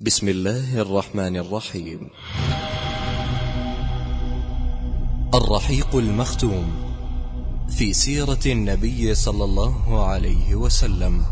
بسم الله الرحمن الرحيم. الرحيق المختوم في سيرة النبي صلى الله عليه وسلم.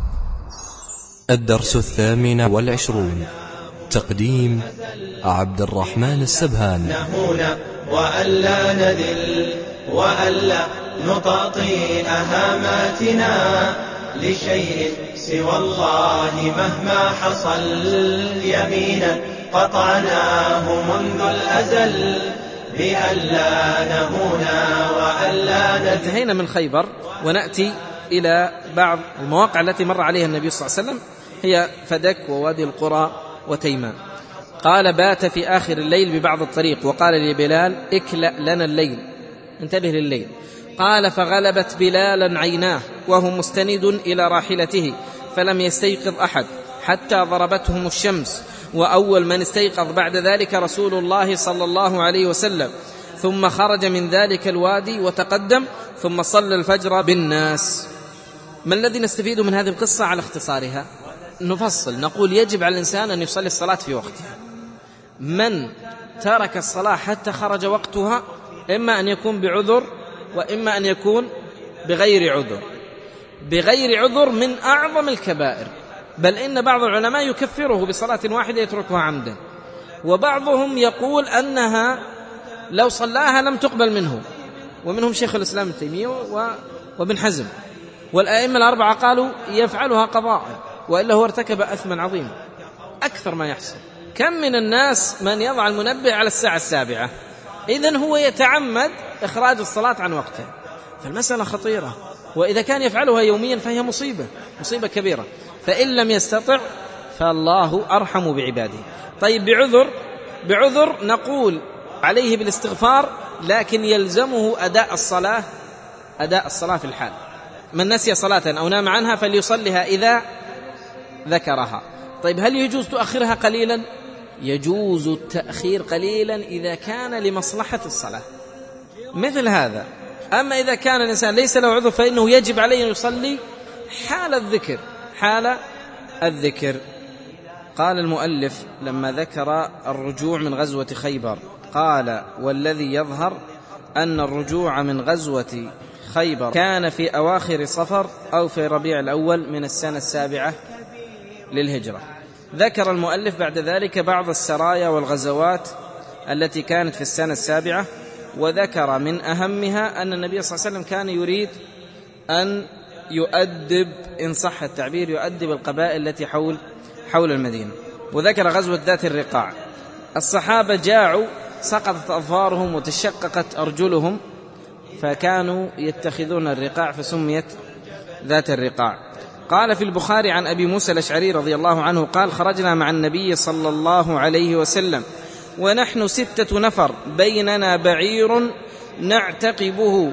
الدرس 28. تقديم عبد الرحمن السبهان. نهونا وألا نذل وألا نطاطي أهاماتنا لشيء سوى الله مهما حصل. يمينا قطعناه منذ الأزل بألا نهونا وألا نذل. انتهينا من خيبر ونأتي إلى بعض المواقع التي مر عليها النبي صلى الله عليه وسلم، هي فدك ووادي القرى وتيمان. قال: بات في آخر الليل ببعض الطريق وقال لبلال: اكلأ لنا الليل، انتبه لليل. قال: فغلبت بلالا عيناه وهو مستند إلى راحلته فلم يستيقظ أحد حتى ضربتهم الشمس، وأول من استيقظ بعد ذلك رسول الله صلى الله عليه وسلم، ثم خرج من ذلك الوادي وتقدم ثم صلى الفجر بالناس. ما الذي نستفيد من هذه القصة على اختصارها؟ نفصل، نقول يجب على الإنسان أن يصلي الصلاة في وقتها. من ترك الصلاة حتى خرج وقتها إما أن يكون بعذر وإما أن يكون بغير عذر. بغير عذر من أعظم الكبائر، بل إن بعض العلماء يكفره بصلاة واحدة يتركها عمدا، وبعضهم يقول أنها لو صلاها لم تقبل منه، ومنهم شيخ الإسلام ابن تيمية وابن حزم، والأئمة الأربعة قالوا يفعلها قضاء، وإلا هو ارتكب أثما عظيما أكثر ما يحصل. كم من الناس من يضع المنبه على الساعة 7، إذن هو يتعمد إخراج الصلاة عن وقتها، فالمسألة خطيرة، وإذا كان يفعلها يوميا فهي مصيبة كبيرة، فإن لم يستطع فالله أرحم بعباده. طيب بعذر نقول عليه بالاستغفار، لكن يلزمه أداء الصلاة في الحال. من نسي صلاة أو نام عنها فليصلها إذا ذكرها. طيب هل يجوز تؤخرها قليلا؟ يجوز التأخير قليلا إذا كان لمصلحة الصلاة مثل هذا. أما إذا كان الإنسان ليس له عذر فإنه يجب عليه أن يصلي حال الذكر. قال المؤلف لما ذكر الرجوع من غزوة خيبر قال: والذي يظهر أن الرجوع من غزوة خيبر كان في أواخر صفر أو في ربيع الأول من السنة 7 للهجرة. ذكر المؤلف بعد ذلك بعض السرايا والغزوات التي كانت في السنة 7، وذكر من أهمها أن النبي صلى الله عليه وسلم كان يريد أن يؤدب، إن صح التعبير، يؤدب القبائل التي حول المدينة. وذكر غزوة ذات الرقاع. الصحابة جاعوا، سقطت أظفارهم وتشققت أرجلهم، فكانوا يتخذون الرقاع فسميت ذات الرقاع. قال في البخاري عن أبي موسى الأشعري رضي الله عنه قال: خرجنا مع النبي صلى الله عليه وسلم ونحن 6 نفر، بيننا بعير نعتقبه،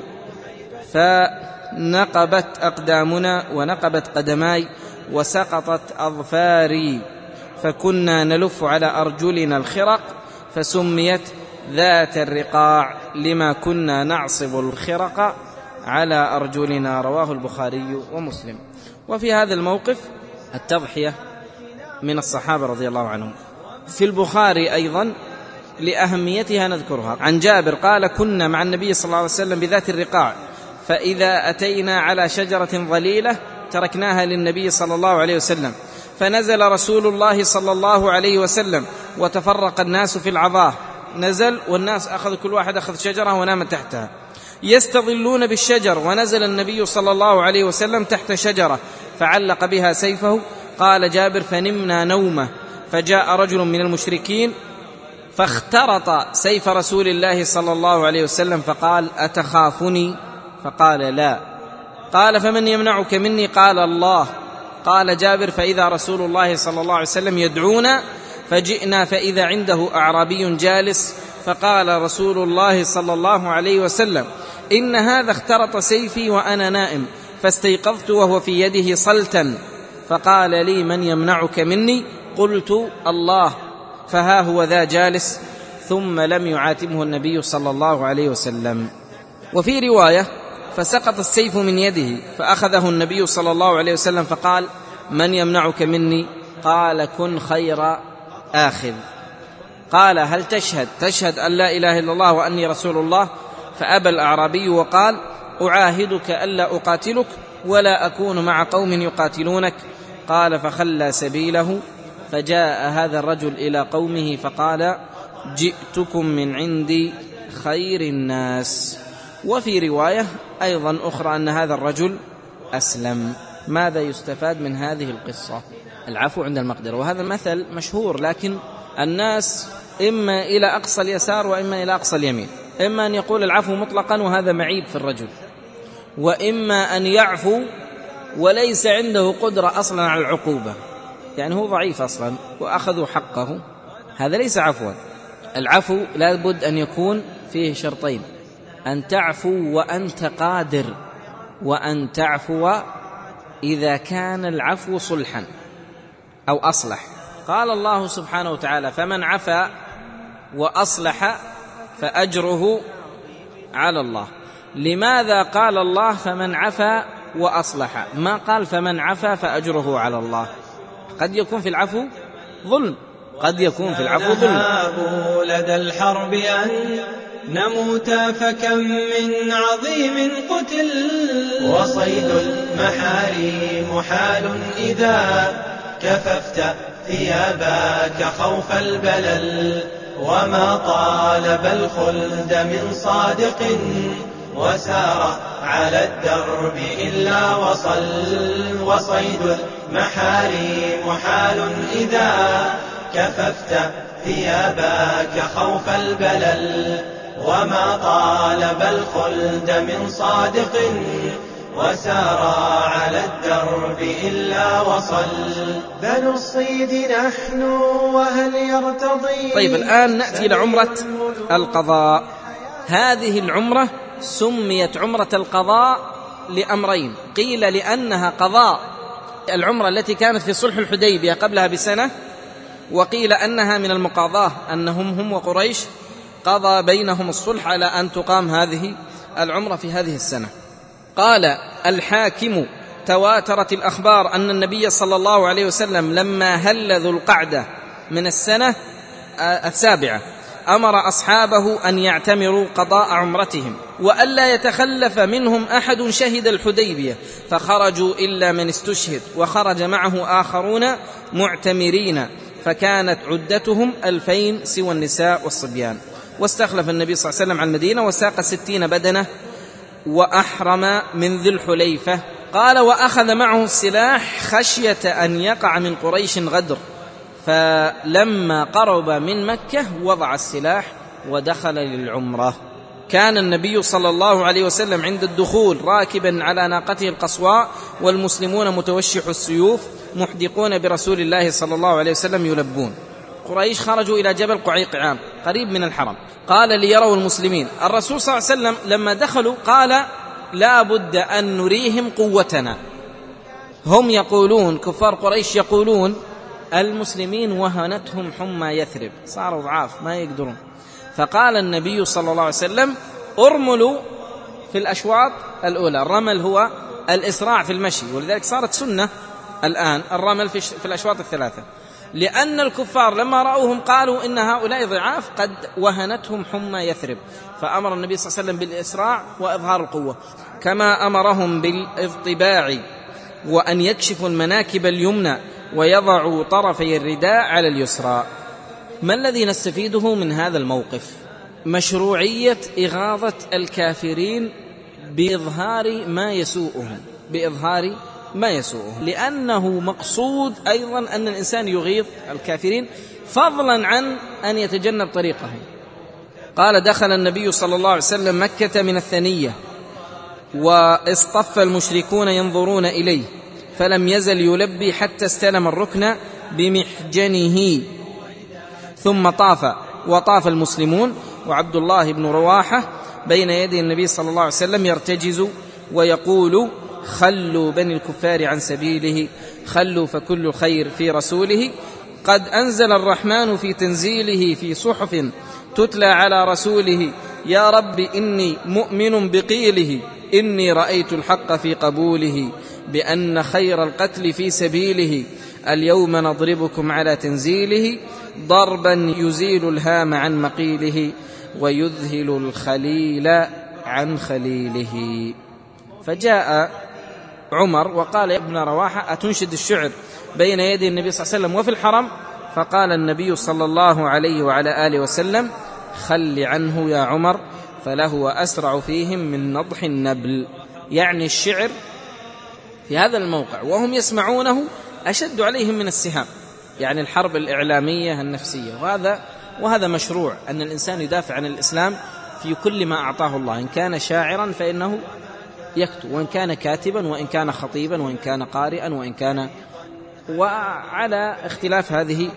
فنقبت أقدامنا ونقبت قدماي وسقطت أظفاري، فكنا نلف على أرجلنا الخرق فسميت ذات الرقاع لما كنا نعصب الخرق على أرجلنا. رواه البخاري ومسلم. وفي هذا الموقف التضحية من الصحابة رضي الله عنهم. في البخاري أيضا لأهميتها نذكرها عن جابر قال: كنا مع النبي صلى الله عليه وسلم بذات الرقاع، فإذا أتينا على شجرة ظليلة تركناها للنبي صلى الله عليه وسلم، فنزل رسول الله صلى الله عليه وسلم وتفرق الناس في العظاه. نزل والناس كل واحد أخذ شجرة ونام تحتها، يستظلون بالشجر، ونزل النبي صلى الله عليه وسلم تحت شجرة فعلق بها سيفه. قال جابر: فنمنا نومه، فجاء رجل من المشركين فاخترط سيف رسول الله صلى الله عليه وسلم فقال: أتخافني؟ فقال: لا. قال: فمن يمنعك مني؟ قال: الله. قال جابر: فإذا رسول الله صلى الله عليه وسلم يدعونا، فجئنا فإذا عنده أعرابي جالس، فقال رسول الله صلى الله عليه وسلم: إن هذا اخترط سيفي وأنا نائم، فاستيقظت وهو في يده صلتا، فقال لي: من يمنعك مني؟ قلت: الله. فها هو ذا جالس. ثم لم يعاتبه النبي صلى الله عليه وسلم. وفي رواية: فسقط السيف من يده، فأخذه النبي صلى الله عليه وسلم فقال: من يمنعك مني؟ قال: كن خير آخذ. قال هل تشهد أن لا إله إلا الله وأني رسول الله؟ فأبى الأعرابي وقال أعاهدك ألا أقاتلك ولا أكون مع قوم يقاتلونك. قال فخلى سبيله، فجاء هذا الرجل إلى قومه فقال جئتكم من عند خير الناس. وفي رواية أيضا أخرى أن هذا الرجل أسلم. ماذا يستفاد من هذه القصة؟ العفو عند المقدرة. وهذا مثل مشهور، لكن الناس إما إلى أقصى اليسار وإما إلى أقصى اليمين. إما أن يقول العفو مطلقا وهذا معيب في الرجل، وإما أن يعفو وليس عنده قدرة أصلا على العقوبة، يعني هو ضعيف أصلا وأخذوا حقه، هذا ليس عفوا. العفو لا بد أن يكون فيه شرطين: أن تعفو وأنت قادر، وأن تعفو إذا كان العفو صلحا أو أصلح. قال الله سبحانه وتعالى فمن عفا وأصلح فأجره على الله. لماذا قال الله فمن عفا وأصلح؟ ما قال فمن عفا فأجره على الله؟ قد يكون في العفو ظلم، قد يكون في العفو ظلم. لدى الحرب أن نموت فكم من عظيم قتل، وصيد المحارم محال إذا كففت ثيابك خوف البلل، وما طالب الخلد من صادق وسار على الدرب إلا وصل، وصيد المحارم محال إذا كففت ثيابك خوف البلل، وما طالب الخلد من صادق وسار على الدرب إلا وصل. بنو الصيد نحن وهل يرتضي. طيب الآن نأتي لعمرة القضاء. هذه العمرة سميت عمرة القضاء لأمرين: قيل لأنها قضاء العمرة التي كانت في صلح الحديبية قبلها بسنة، وقيل أنها من المقاضاة أنهم هم وقريش قضى بينهم الصلح على أن تقام هذه العمرة في هذه السنة. قال الحاكم تواترت الأخبار أن النبي صلى الله عليه وسلم لما هل ذو القعدة من السنة 7 أمر أصحابه أن يعتمروا قضاء عمرتهم وألا يتخلف منهم أحد شهد الحديبية، فخرجوا إلا من استشهد، وخرج معه آخرون معتمرين، فكانت عدتهم 2000 سوى النساء والصبيان. واستخلف النبي صلى الله عليه وسلم على المدينة وساق 60 بدنة وأحرم من ذي الحليفة. قال وأخذ معه السلاح خشية أن يقع من قريش غدر، فلما قرب من مكة وضع السلاح ودخل للعمرة. كان النبي صلى الله عليه وسلم عند الدخول راكبا على ناقته القصواء، والمسلمون متوشح السيوف محدقون برسول الله صلى الله عليه وسلم يلبون. قريش خرجوا إلى جبل قعيقعان قريب من الحرم، قال ليروا المسلمين. الرسول صلى الله عليه وسلم لما دخلوا قال لا بد أن نريهم قوتنا. هم يقولون، كفار قريش يقولون المسلمين وهنتهم حمى يثرب، صاروا ضعاف ما يقدرون. فقال النبي صلى الله عليه وسلم ارملوا في الأشواط الأولى. الرمل هو الإسراع في المشي، ولذلك صارت سنة الآن الرمل في الأشواط الثلاثة، لأن الكفار لما رأوهم قالوا إن هؤلاء ضعاف قد وهنتهم حمى يثرب، فأمر النبي صلى الله عليه وسلم بالإسراع وإظهار القوة، كما أمرهم بالاضطباع وأن يكشفوا المناكب اليمنى ويضعوا طرفي الرداء على اليسرى. ما الذي نستفيده من هذا الموقف؟ مشروعية إغاظة الكافرين بإظهار ما يسوءهم، لأنه مقصود أيضا أن الإنسان يغيظ الكافرين فضلا عن أن يتجنب طريقهم. قال دخل النبي صلى الله عليه وسلم مكة من الثنية، واصطف المشركون ينظرون إليه، فلم يزل يلبي حتى استلم الركن بمحجنه، ثم وطاف المسلمون، وعبد الله بن رواحة بين يدي النبي صلى الله عليه وسلم يرتجز ويقول خلوا بني الكفار عن سبيله، خلوا فكل خير في رسوله، قد أنزل الرحمن في تنزيله في صحف تتلى على رسوله، يا رب إني مؤمن بقيله، إني رأيت الحق في قبوله، بأن خير القتل في سبيله، اليوم نضربكم على تنزيله، ضربا يزيل الهام عن مقيله ويذهل الخليل عن خليله. فجاء عمر وقال يا ابن رواحة أتنشد الشعر بين يدي النبي صلى الله عليه وسلم وفي الحرم؟ فقال النبي صلى الله عليه وعلى آله وسلم خل عنه يا عمر فلهو أسرع فيهم من نضح النبل. يعني الشعر في هذا الموقع وهم يسمعونه أشد عليهم من السهام، يعني الحرب الإعلامية النفسية. وهذا مشروع أن الإنسان يدافع عن الإسلام في كل ما أعطاه الله، إن كان شاعرا فإنه يكتب، وإن كان كاتبا، وإن كان خطيبا، وإن كان قارئا، وإن كان، وعلى اختلاف هذه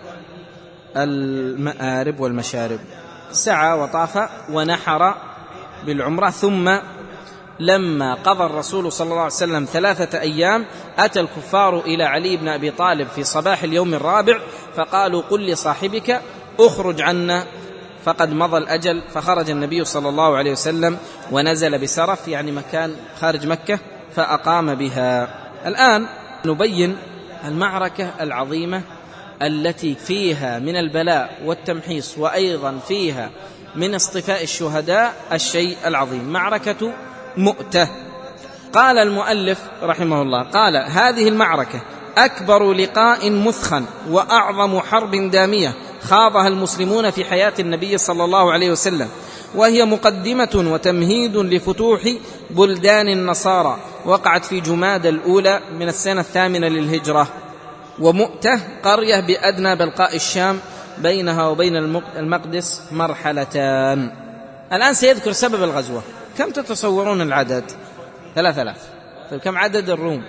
المآرب والمشارب. سعى وطاف ونحر بالعمرة، ثم لما قضى الرسول صلى الله عليه وسلم 3 أيام أتى الكفار إلى علي بن أبي طالب في صباح اليوم الرابع فقالوا قل لصاحبك أخرج عنا فقد مضى الأجل. فخرج النبي صلى الله عليه وسلم ونزل بسرف، يعني مكان خارج مكة، فأقام بها. الآن نبين المعركة العظيمة التي فيها من البلاء والتمحيص، وأيضا فيها من اصطفاء الشهداء الشيء العظيم، معركة مؤتة. قال المؤلف رحمه الله قال هذه المعركة أكبر لقاء مثخن وأعظم حرب دامية خاضها المسلمون في حياة النبي صلى الله عليه وسلم، وهي مقدمة وتمهيد لفتوح بلدان النصارى، وقعت في جمادى الأولى من السنة 8 للهجرة. ومؤتة قرية بأدنى بلقاء الشام، بينها وبين المقدس مرحلتان. الآن سيذكر سبب الغزوة. كم تتصورون العدد؟ 3000. طيب كم عدد الروم؟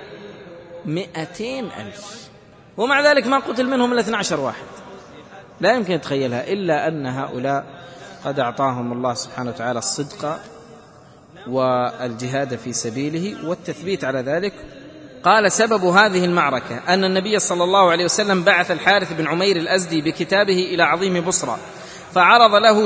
200,000، ومع ذلك ما قتل منهم إلا 12 واحد. لا يمكن يتخيلها، إلا أن هؤلاء قد أعطاهم الله سبحانه وتعالى الصدق والجهاد في سبيله والتثبيت على ذلك. قال سبب هذه المعركة أن النبي صلى الله عليه وسلم بعث الحارث بن عمير الأزدي بكتابه إلى عظيم بصرى، فعرض له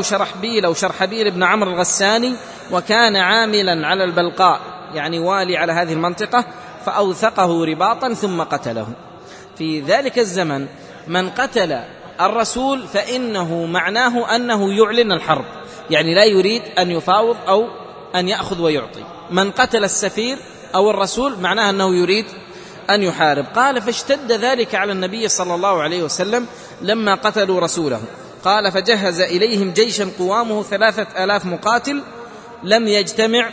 شرحبيل بن عمرو الغساني، وكان عاملا على البلقاء، يعني والي على هذه المنطقة، فأوثقه رباطا ثم قتله. في ذلك الزمن من قتل الرسول فإنه معناه أنه يعلن الحرب، يعني لا يريد أن يفاوض أو أن يأخذ ويعطي. من قتل السفير أو الرسول معناه أنه يريد أن يحارب. قال فاشتد ذلك على النبي صلى الله عليه وسلم لما قتلوا رسوله. قال فجهز إليهم جيشا قوامه 3000 مقاتل، لم يجتمع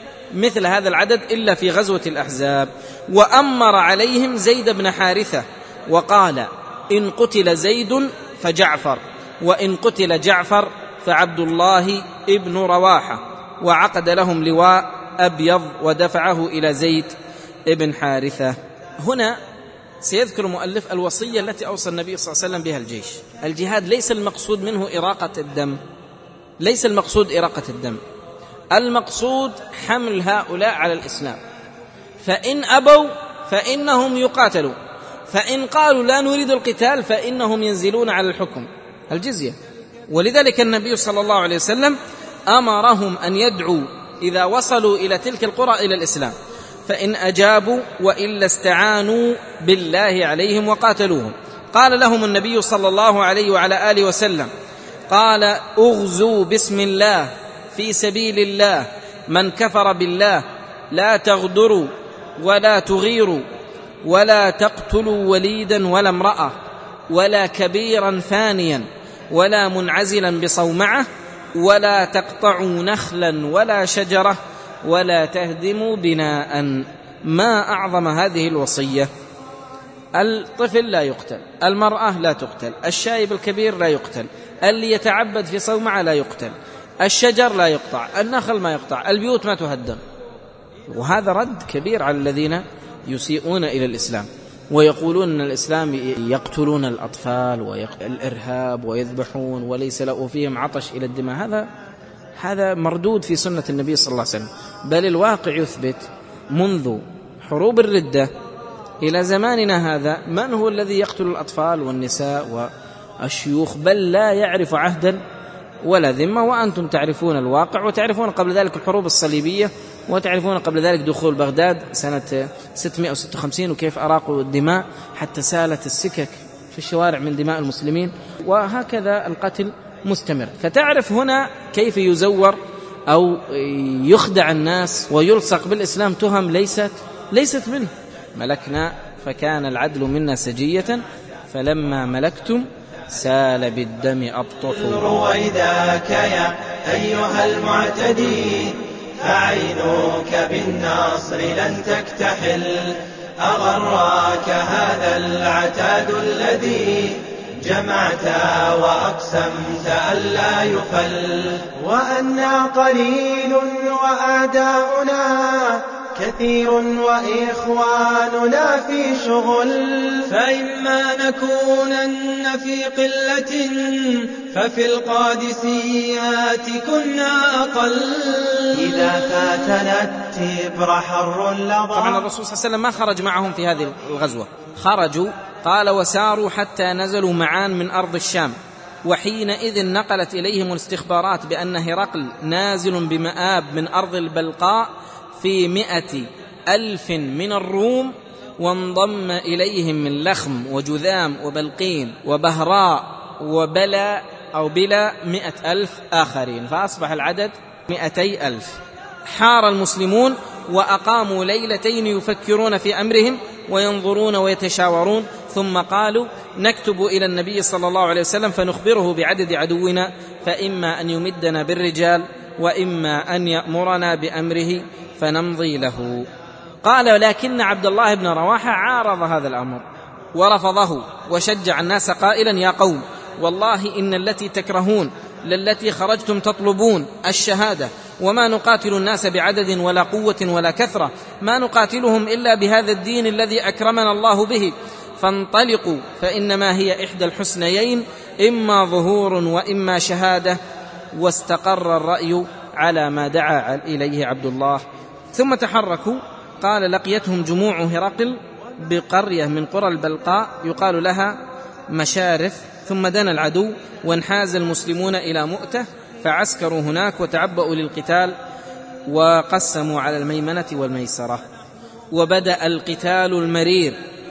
مثل هذا العدد إلا في غزوة الأحزاب. وأمر عليهم زيد بن حارثة وقال إن قتل زيد فجعفر، وإن قتل جعفر فعبد الله ابن رواحة، وعقد لهم لواء أبيض ودفعه إلى زيد ابن حارثة. هنا سيذكر مؤلف الوصية التي أوصى النبي صلى الله عليه وسلم بها الجيش. الجهاد ليس المقصود منه إراقة الدم، ليس المقصود إراقة الدم، المقصود حمل هؤلاء على الإسلام. فإن أبوا فإنهم يقاتلوا، فإن قالوا لا نريد القتال فإنهم ينزلون على الحكم الجزية. ولذلك النبي صلى الله عليه وسلم أمرهم أن يدعوا إذا وصلوا إلى تلك القرى إلى الإسلام، فإن أجابوا وإلا استعانوا بالله عليهم وقاتلوهم. قال لهم النبي صلى الله عليه وعلى آله وسلم قال أغزوا بسم الله في سبيل الله، من كفر بالله لا تغدروا ولا تغيروا ولا تقتلوا وليدا ولا امرأة ولا كبيرا فانيا ولا منعزلا بصومعة ولا تقطعوا نخلا ولا شجرة ولا تهدموا بناء. ما أعظم هذه الوصية. الطفل لا يقتل، المرأة لا تقتل، الشايب الكبير لا يقتل، اللي يتعبد في صومعة لا يقتل، الشجر لا يقطع، النخل ما يقطع، البيوت ما تهدم. وهذا رد كبير على الذين يسيئون إلى الإسلام ويقولون أن الإسلام يقتلون الأطفال والإرهاب ويذبحون وليس له فيهم عطش إلى الدماء. هذا مردود في سنة النبي صلى الله عليه وسلم. بل الواقع يثبت منذ حروب الردة إلى زماننا هذا من هو الذي يقتل الأطفال والنساء والشيوخ؟ بل لا يعرف عهدا ولا ذمة. وأنتم تعرفون الواقع، وتعرفون قبل ذلك الحروب الصليبية، وتعرفون قبل ذلك دخول بغداد سنة 656 وكيف أراقوا الدماء حتى سالت السكك في الشوارع من دماء المسلمين. وهكذا القتل مستمر. فتعرف هنا كيف يزور أو يخدع الناس ويلصق بالإسلام تهم ليست منه. ملكنا فكان العدل منا سجية فلما ملكتم سال بالدم أبطح. رويداك يا أيها المعتدي فعينك بالنصر لن تكتحل. أغراك هذا العتاد الذي جمعت وأقسمت ألا يفل. وأنا قليل وأعداؤنا كثير وإخواننا في شغل. فإما نكونن في قلة ففي القادسيات كنا أقل. إذا فاتنا التبر حر لظى. طبعا الرسول صلى الله عليه وسلم ما خرج معهم في هذه الغزوة، خرجوا قال وساروا حتى نزلوا معان من أرض الشام، وحينئذ نقلت إليهم الاستخبارات بأن هرقل نازل بمآب من أرض البلقاء في 100,000 من الروم، وانضم إليهم من لخم وجذام وبلقين وبهراء وبلا أو بلا 100,000 آخرين، فأصبح العدد 200,000. حار المسلمون وأقاموا ليلتين يفكرون في أمرهم وينظرون ويتشاورون، ثم قالوا نكتب إلى النبي صلى الله عليه وسلم فنخبره بعدد عدونا، فإما أن يمدنا بالرجال وإما أن يأمرنا بأمره فنمضي له. قال لكن عبد الله بن رواحة عارض هذا الأمر ورفضه وشجع الناس قائلا يا قوم والله إن التي تكرهون للتي خرجتم تطلبون الشهادة، وما نقاتل الناس بعدد ولا قوة ولا كثرة، ما نقاتلهم إلا بهذا الدين الذي أكرمنا الله به، فانطلقوا فإنما هي إحدى الحسنيين إما ظهور وإما شهادة. واستقر الرأي على ما دعا إليه عبد الله. ثم تحركوا. قال لقيتهم جموع هرقل بقرية من قرى البلقاء يقال لها مشارف، ثم دنا العدو وانحاز المسلمون إلى مؤتة فعسكروا هناك وتعبأوا للقتال وقسموا على الميمنة والميسرة. وبدأ القتال المرير،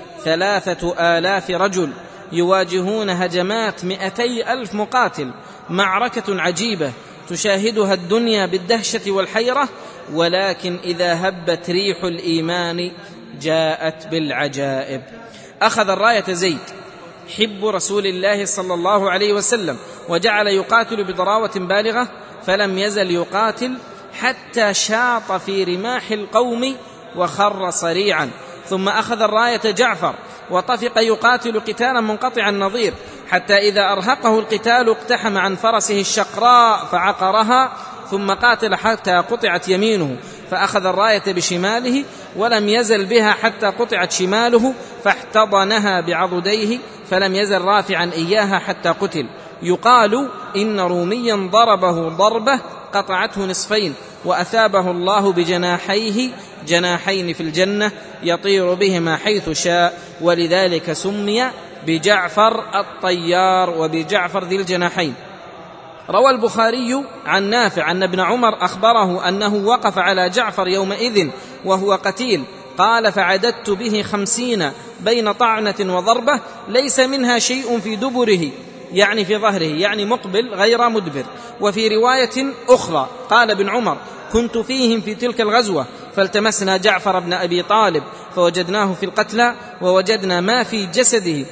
3,000 رجل يواجهون هجمات 200,000 مقاتل، معركة عجيبة تشاهدها الدنيا بالدهشة والحيرة، ولكن إذا هبت ريح الإيمان جاءت بالعجائب. أخذ الراية زيد حب رسول الله صلى الله عليه وسلم وجعل يقاتل بضراوة بالغة، فلم يزل يقاتل حتى شاط في رماح القوم وخر صريعا. ثم أخذ الراية جعفر وطفق يقاتل قتالا منقطع النظير، حتى إذا أرهقه القتال اقتحم عن فرسه الشقراء فعقرها، ثم قاتل حتى قطعت يمينه فأخذ الراية بشماله ولم يزل بها حتى قطعت شماله، فاحتضنها بعضديه فلم يزل رافعا إياها حتى قتل. يقال إن روميا ضربه ضربة قطعته نصفين، وأثابه الله بجناحيه جناحين في الجنة يطير بهما حيث شاء، ولذلك سمي بجعفر الطيار وبجعفر ذي الجناحين. روى البخاري عن نافع أن ابن عمر أخبره أنه وقف على جعفر يومئذ وهو قتيل، قال فعددت به 50 بين طعنة وضربة ليس منها شيء في دبره، يعني في ظهره، يعني مقبل غير مدبر. وفي رواية أخرى قال ابن عمر كنت فيهم في تلك الغزوة فالتمسنا جعفر بن أبي طالب فوجدناه في القتلى، ووجدنا ما في جسده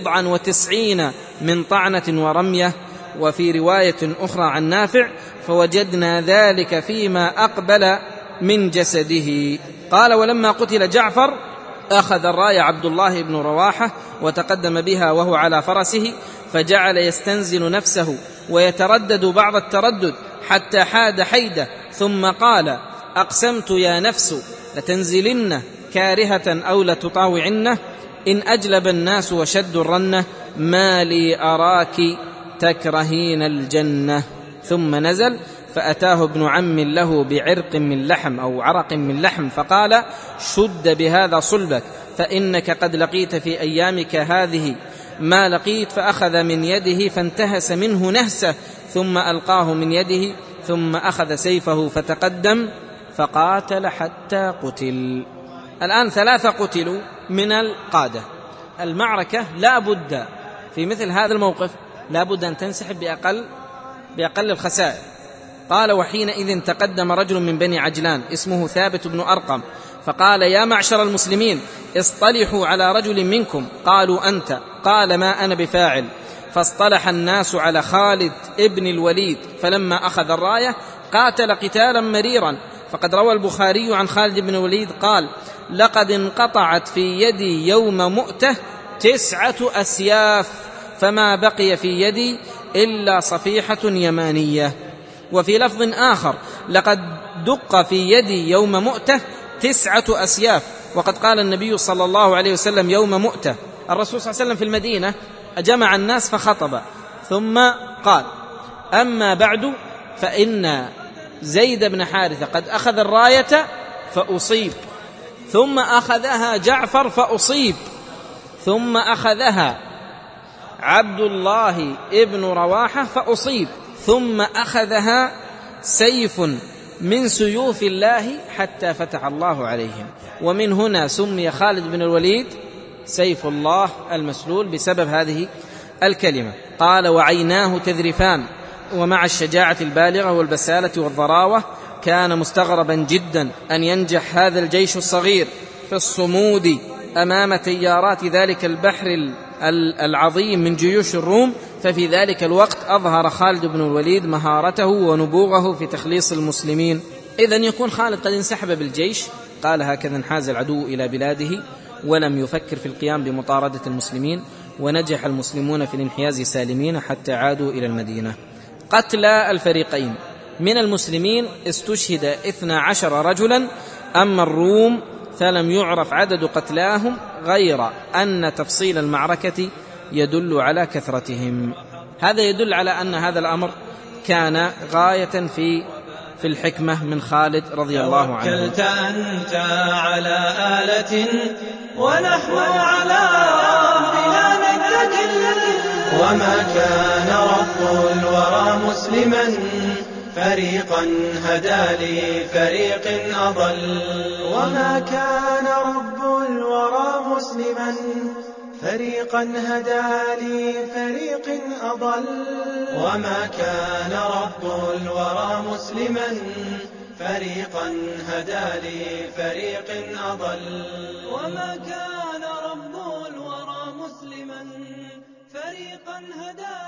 90 من طعنة ورمية. وفي رواية أخرى عن نافع فوجدنا ذلك فيما أقبل من جسده. قال ولما قتل جعفر أخذ الراية عبد الله بن رواحة وتقدم بها وهو على فرسه، فجعل يستنزل نفسه ويتردد بعض التردد حتى حاد حيدة، ثم قال أقسمت يا نفس لتنزلن كارهة أو لتطاوعنه، إن أجلب الناس وشدوا الرنة ما لي أراك تكرهين الجنة. ثم نزل فأتاه ابن عم له بعرق من لحم أو عرق من لحم فقال شد بهذا صلبك فإنك قد لقيت في أيامك هذه ما لقيت، فأخذ من يده فانتهس منه نهسه ثم ألقاه من يده، ثم أخذ سيفه فتقدم فقاتل حتى قتل. الآن 3 قتلوا من القادة. المعركة لا بد في مثل هذا الموقف لا بد أن تنسحب بأقل الخسائر. قال: وحينئذ تقدم رجل من بني عجلان اسمه ثابت بن أرقم فقال: يا معشر المسلمين، اصطلحوا على رجل منكم. قالوا: أنت. قال: ما أنا بفاعل. فاصطلح الناس على خالد ابن الوليد، فلما أخذ الراية قاتل قتالا مريرا. فقد روى البخاري عن خالد بن الوليد قال: لقد انقطعت في يدي يوم مؤتة 9 أسياف، فما بقي في يدي إلا صفيحة يمانية. وفي لفظ آخر: لقد دق في يدي يوم مؤتة 9 أسياف. وقد قال النبي صلى الله عليه وسلم يوم مؤتة، الرسول صلى الله عليه وسلم في المدينة جمع الناس فخطب، ثم قال: أما بعد فإن زيد بن حارثة قد أخذ الراية فأصيب، ثم أخذها جعفر فأصيب، ثم أخذها عبد الله ابن رواحة فأصيب، ثم أخذها سيف من سيوف الله حتى فتح الله عليهم. ومن هنا سمي خالد بن الوليد سيف الله المسلول بسبب هذه الكلمة. قال: وعيناه تذرفان. ومع الشجاعة البالغة والبسالة والضراوة كان مستغربا جدا أن ينجح هذا الجيش الصغير في الصمود أمام تيارات ذلك البحر العظيم من جيوش الروم. ففي ذلك الوقت أظهر خالد بن الوليد مهارته ونبوغه في تخليص المسلمين. إذن يكون خالد قد انسحب بالجيش، قال: هكذا انحاز العدو إلى بلاده ولم يفكر في القيام بمطاردة المسلمين، ونجح المسلمون في الانحياز سالمين حتى عادوا إلى المدينة. قتلى الفريقين: من المسلمين استشهد 12 رجلا، أما الروم فلم يعرف عدد قتلاهم، غير أن تفصيل المعركة يدل على كثرتهم. هذا يدل على أن هذا الأمر كان غاية في الحكمة من خالد رضي الله عنه. توكلت أنت على آلة ونحن على ربنا نتكل، وما كان رب الورى مسلما فريقا هدى لفريق أضل، وما كان رب الورى مسلما فريقا هدى لفريق أضل، وما كان رب الورى مسلما فريقا هدى لفريق أضل، وما كان رب الورى مسلما فريقا هدى